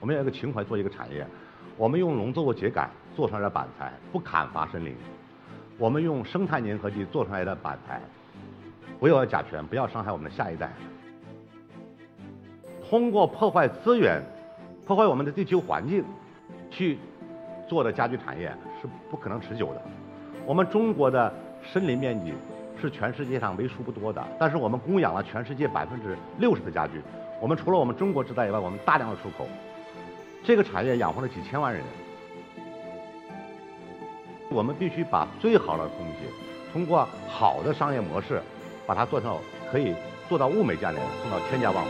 我们要有一个情怀做一个产业。我们用农作物秸秆做出来的板材，不砍伐森林；我们用生态粘合剂做出来的板材，不要甲醛，不要伤害我们的下一代。通过破坏资源、破坏我们的地球环境去做的家居产业是不可能持久的。我们中国的森林面积是全世界上为数不多的，但是我们供养了全世界60%的家具。我们除了我们中国制造以外，我们大量的出口，这个产业养活了几千万人。我们必须把最好的东西，通过好的商业模式，把它做到可以做到物美价廉，送到千家万户。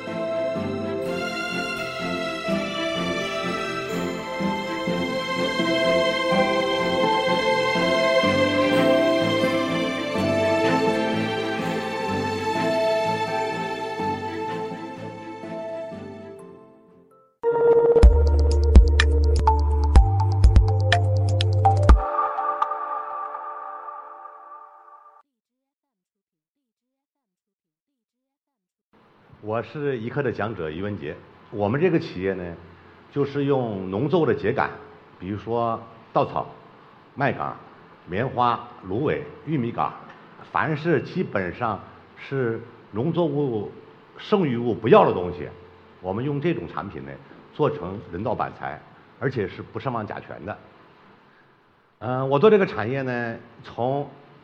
我是一课的讲者于文杰。我们这个企业呢，就是用农作物的秸秆，比如说稻草、麦秆、棉花、芦苇、玉米秆，凡是基本上是农作物剩余物不要的东西，我们用这种产品呢做成人造板材，而且是不释放甲醛的。我做这个产业呢，从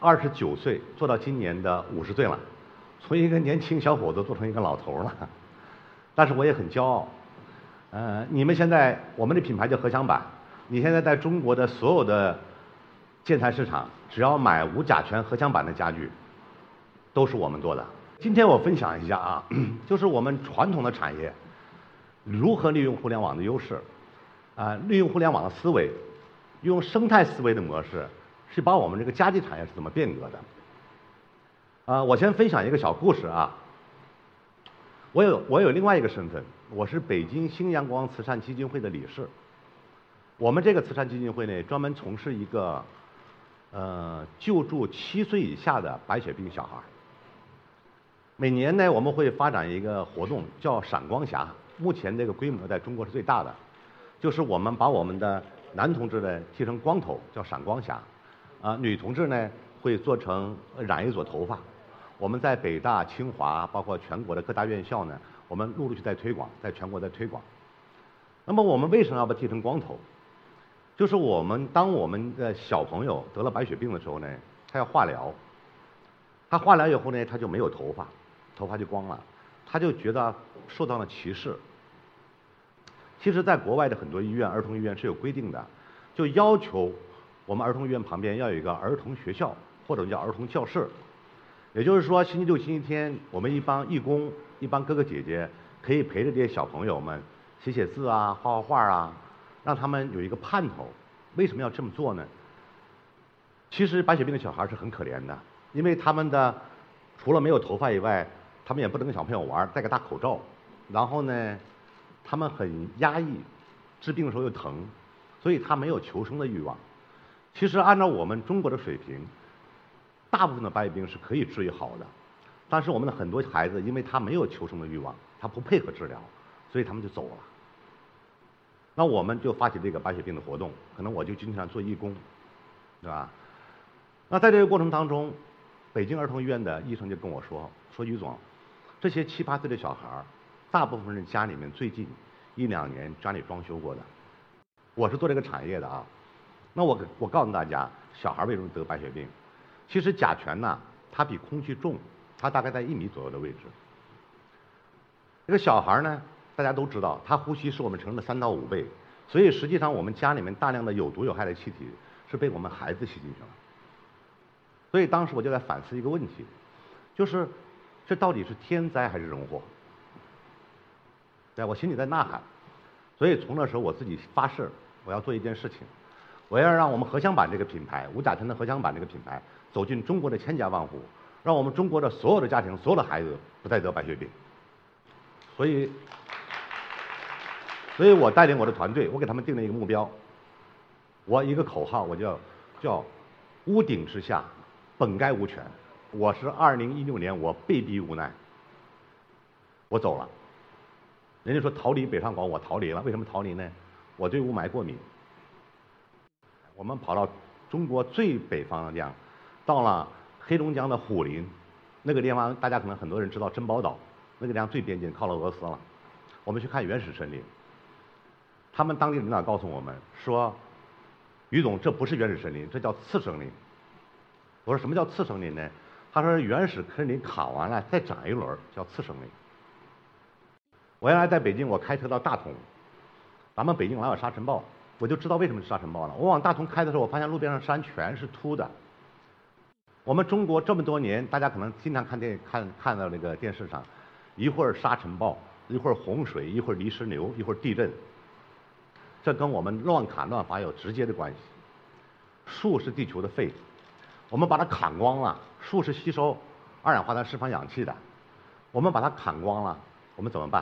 29岁做到今年的50岁了。从一个年轻小伙子做成一个老头了，但是我也很骄傲。你们现在我们的品牌叫合享板，你现在在中国的所有的建材市场，只要买无甲醛合享板的家具，都是我们做的。今天我分享一下啊，就是我们传统的产业如何利用互联网的优势，利用互联网的思维，用生态思维的模式，是把我们这个家居产业是怎么变革的。我先分享一个小故事啊。我有另外一个身份，我是北京新阳光慈善基金会的理事。我们这个慈善基金会呢，专门从事一个救助7岁以下的白血病小孩。每年呢，我们会发展一个活动，叫闪光侠。目前这个规模在中国是最大的，就是我们把我们的男同志呢剃成光头，叫闪光侠。女同志呢会做成染一撮头发。我们在北大、清华，包括全国的各大院校呢，我们陆续在推广，在全国在推广。那么我们为什么要把剃成光头？就是当我们的小朋友得了白血病的时候呢，他要化疗，他化疗以后呢，他就没有头发，头发就光了，他就觉得受到了歧视。其实，在国外的很多医院，儿童医院是有规定的，就要求我们儿童医院旁边要有一个儿童学校，或者叫儿童教室。也就是说，星期六、星期天，我们一帮义工、一帮哥哥姐姐，可以陪着这些小朋友们写写字啊、画画啊，让他们有一个盼头。为什么要这么做呢？其实白血病的小孩是很可怜的，因为他们的除了没有头发以外，他们也不能跟小朋友玩，戴个大口罩，然后呢，他们很压抑，治病的时候又疼，所以他没有求生的欲望。其实按照我们中国的水平，大部分的白血病是可以治愈好的，但是我们的很多孩子因为他没有求生的欲望，他不配合治疗，所以他们就走了。那我们就发起这个白血病的活动，可能我就经常做义工，对吧？那在这个过程当中，北京儿童医院的医生就跟我说于总，这些7、8岁的小孩，大部分是家里面最近1、2年家里装修过的。我是做这个产业的啊，那我告诉大家，小孩为什么得白血病？其实甲醛呢，它比空气重，它大概在1米左右的位置。这个小孩呢，大家都知道，他呼吸是我们成人的3到5倍，所以实际上我们家里面大量的有毒有害的气体是被我们孩子吸进去了。所以当时我就在反思一个问题，就是这到底是天灾还是人祸？对，我心里在呐喊。所以从那时候我自己发誓，我要做一件事情，我要让我们合享板这个品牌，无甲醛的合享板这个品牌走进中国的千家万户，让我们中国的所有的家庭、所有的孩子不再得白血病。所以我带领我的团队，我给他们定了一个目标，我一个口号，我叫屋顶之下本该无权。我是2016年我被逼无奈，我走了。 人家说逃离北上广，我逃离了。为什么逃离呢？我对雾霾过敏。我们跑到中国最北方的地方，到了黑龙江的虎林，那个地方大家可能很多人知道珍宝岛，那个地方最边境，靠了俄罗斯了。我们去看原始森林，他们当地领导告诉我们说，于总，这不是原始森林，这叫次生林。我说什么叫次生林呢？他说原始森林砍完了再长一轮叫次生林。我原来在北京，我开车到大同，咱们北京老有沙尘暴，我就知道为什么是沙尘暴了。我往大同开的时候，我发现路边上山全是秃的。我们中国这么多年，大家可能经常看到那个电视上，一会儿沙尘暴，一会儿洪水，一会儿泥石流，一会儿地震，这跟我们乱砍乱伐有直接的关系。树是地球的肺，我们把它砍光了，树是吸收二氧化碳、释放氧气的，我们把它砍光了，我们怎么办？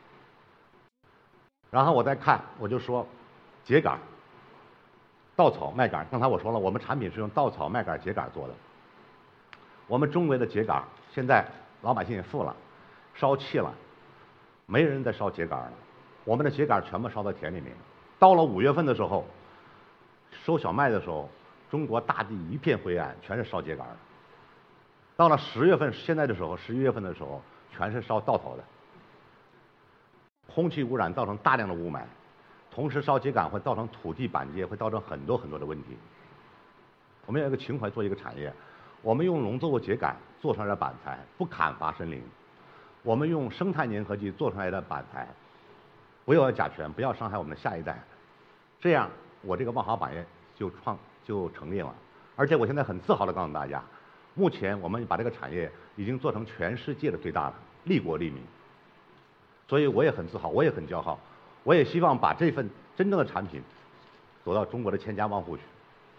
然后我再看，我就说，秸秆、稻草、麦秆。刚才我说了，我们产品是用稻草、麦秆、秸秆做的。我们中国的秸秆现在老百姓也富了，烧气了，没人再烧秸秆了。我们的秸秆全部烧到田里面。到了5月份的时候，收小麦的时候，中国大地一片灰暗，全是烧秸秆的。到了10月份，现在的时候，11月份的时候，全是烧稻草的。空气污染造成大量的雾霾，同时烧秸秆会造成土地板结，会造成很多很多的问题。我们要有一个情怀做一个产业，我们用农作物秸秆做出来的板材，不砍伐森林；我们用生态粘合剂做出来的板材，不要甲醛，不要伤害我们的下一代。这样，我这个万华板业就成立了。而且我现在很自豪地告诉大家，目前我们把这个产业已经做成全世界的最大的，利国利民。所以我也很自豪，我也很骄傲，我也希望把这份真正的产品走到中国的千家万户去。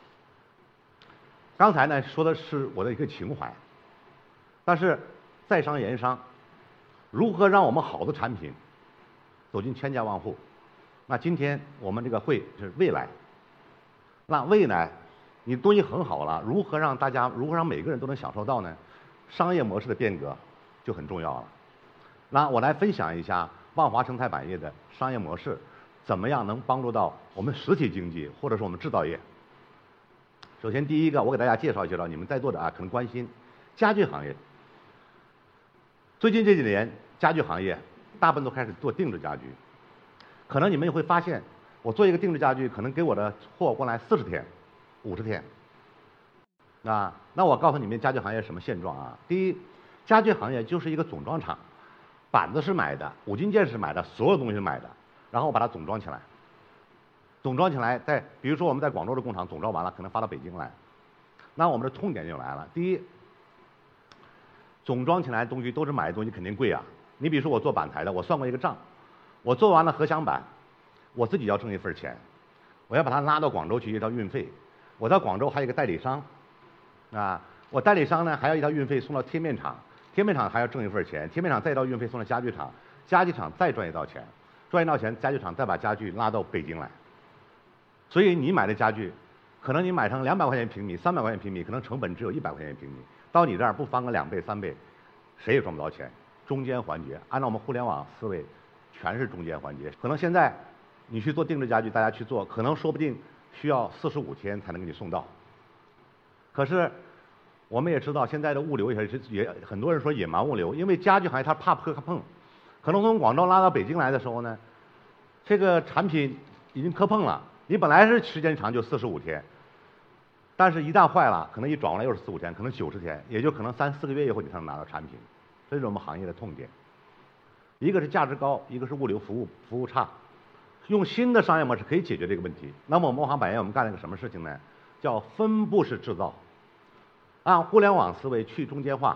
刚才呢说的是我的一个情怀，但是在商言商，如何让我们好的产品走进千家万户？那今天我们这个会是未来，那未来你东西很好了，如何让每个人都能享受到呢？商业模式的变革就很重要了。那我来分享一下万华生态板业的商业模式，怎么样能帮助到我们实体经济或者是我们制造业。首先第一个，我给大家介绍，你们在座的可能关心家具行业。最近这几年，家具行业大部分都开始做定制家具，可能你们也会发现，我做一个定制家具，可能给我的货过来40天、50天。那我告诉你们，家具行业什么现状啊？第一，家具行业就是一个总装厂。板子是买的，5金件是买的，所有东西是买的，然后我把它总装起来。总装起来，比如说我们在广州的工厂总装完了，可能发到北京来。那我们的痛点就来了。第一，总装起来的东西都是买的东西，肯定贵啊。你比如说我做板材的，我算过一个账，我做完了合享板，我自己要挣一份钱，我要把它拉到广州去一条运费，我到广州还有一个代理商，我代理商呢还要一条运费送到贴面厂。贴面厂还要挣一份钱，贴面厂再一道运费送到家具厂，家具厂再赚一道钱，赚一道钱，家具厂再把家具拉到北京来。所以你买的家具，可能你买成200块钱平米、300块钱平米，可能成本只有100块钱平米，到你这儿不翻个2倍、3倍，谁也赚不到钱。中间环节，按照我们互联网思维，全是中间环节。可能现在你去做定制家具，大家去做，可能说不定需要45天才能给你送到。可是我们也知道，现在的物流也很多人说野蛮物流，因为家具行业它怕碰，可能从广州拉到北京来的时候呢，这个产品已经磕碰了。你本来是时间长就45天，但是一旦坏了，可能一转过来又是4、5天，可能90天，也就可能3、4个月以后你才能拿到产品。这是我们行业的痛点，一个是价值高，一个是物流服务差。用新的商业模式可以解决这个问题。那么我们万华板业我们干了个什么事情呢？叫分布式制造。按互联网思维去中间化，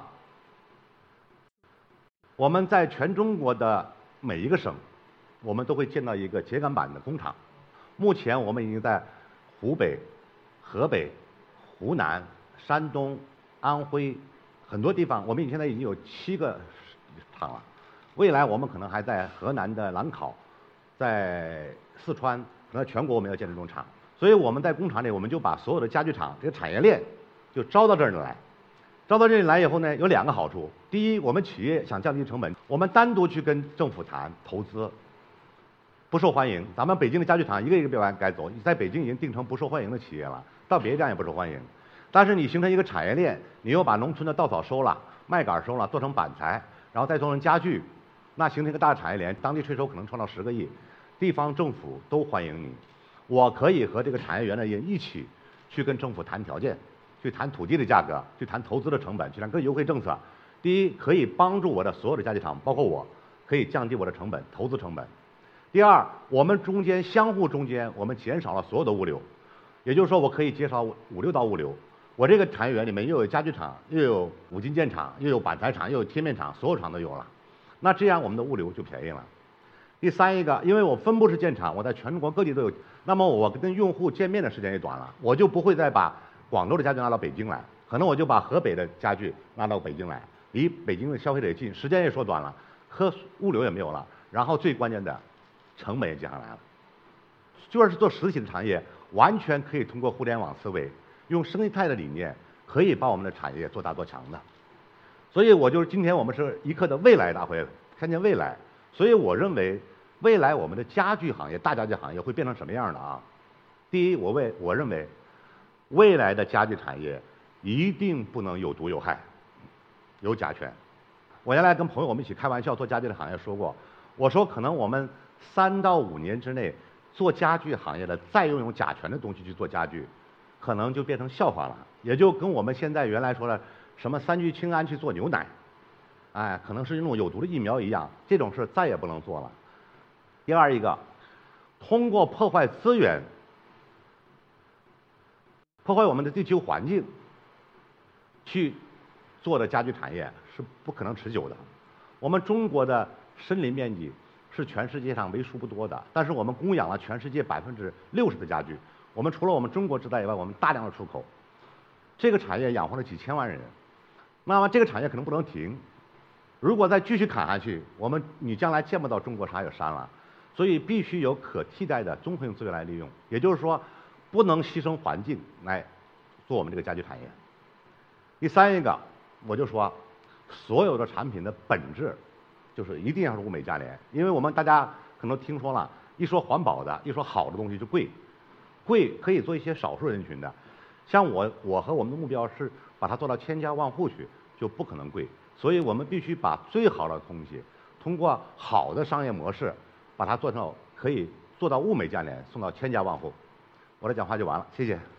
我们在全中国的每一个省，我们都会建到一个秸秆板的工厂。目前我们已经在湖北、河北、湖南、山东、安徽很多地方，我们现在已经有7个厂了。未来我们可能还在河南的兰考，在四川，可能全国我们要建这种厂。所以我们在工厂里，我们就把所有的家具厂这个产业链就招到这儿来， 招到这里来以后呢，有2个好处。第一，我们企业想降低成本，我们单独去跟政府谈投资，不受欢迎。咱们北京的家具厂一个一个别该走，在北京已经定成不受欢迎的企业了，到别的地方也不受欢迎。但是你形成一个产业链，你又把农村的稻草收了，麦秆收了，做成板材，然后再做成家具，那形成一个大产业链，当地税收可能创造10个亿，地方政府都欢迎你。我可以和这个产业园的人一起去跟政府谈条件，去谈土地的价格，去谈投资的成本，去谈各优惠政策。第一，可以帮助我的所有的家具厂，包括我，可以降低我的成本，投资成本。第二，我们相互中间，我们减少了所有的物流，也就是说，我可以减少5、6道物流。我这个产业园里面又有家具厂，又有五金件厂，又有板材厂，又有贴面厂，所有厂都有了。那这样我们的物流就便宜了。第三一个，因为我分布式建厂，我在全国各地都有，那么我跟用户见面的时间也短了，我就不会再把广州的家具拿到北京来，可能我就把河北的家具拿到北京来，离北京的消费者也近，时间也缩短了，物流也没有了，然后最关键的，成本也降下来了。就是做实体的产业，完全可以通过互联网思维，用生态的理念，可以把我们的产业做大做强的。所以今天我们是一刻的未来大会，看见未来。所以我认为，未来我们的家具行业、大家具行业会变成什么样的啊？第一，我认为，未来的家具产业一定不能有毒有害，有甲醛。我原来跟朋友我们一起开玩笑做家具的行业说过，我说可能我们3到5年之内做家具行业的再用甲醛的东西去做家具，可能就变成笑话了，也就跟我们现在原来说的什么3聚氰胺去做牛奶。哎，可能是那种有毒的疫苗一样，这种事再也不能做了。第二一个，通过破坏资源、破坏我们的地球环境去做的家具产业是不可能持久的。我们中国的森林面积是全世界上为数不多的，但是我们供养了全世界60%的家具。我们除了我们中国制造以外，我们大量的出口，这个产业养活了几千万人。那么这个产业可能不能停。如果再继续砍下去，你将来见不到中国啥有山了，所以必须有可替代的综合性资源来利用。也就是说，不能牺牲环境来做我们这个家具产业。第三一个，我就说，所有的产品的本质就是一定要是物美价廉，因为大家可能听说了，一说环保的，一说好的东西就贵，贵可以做一些少数人群的，像我和我们的目标是把它做到千家万户去，就不可能贵。所以我们必须把最好的东西，通过好的商业模式，把它可以做到物美价廉，送到千家万户。我的讲话就完了，谢谢。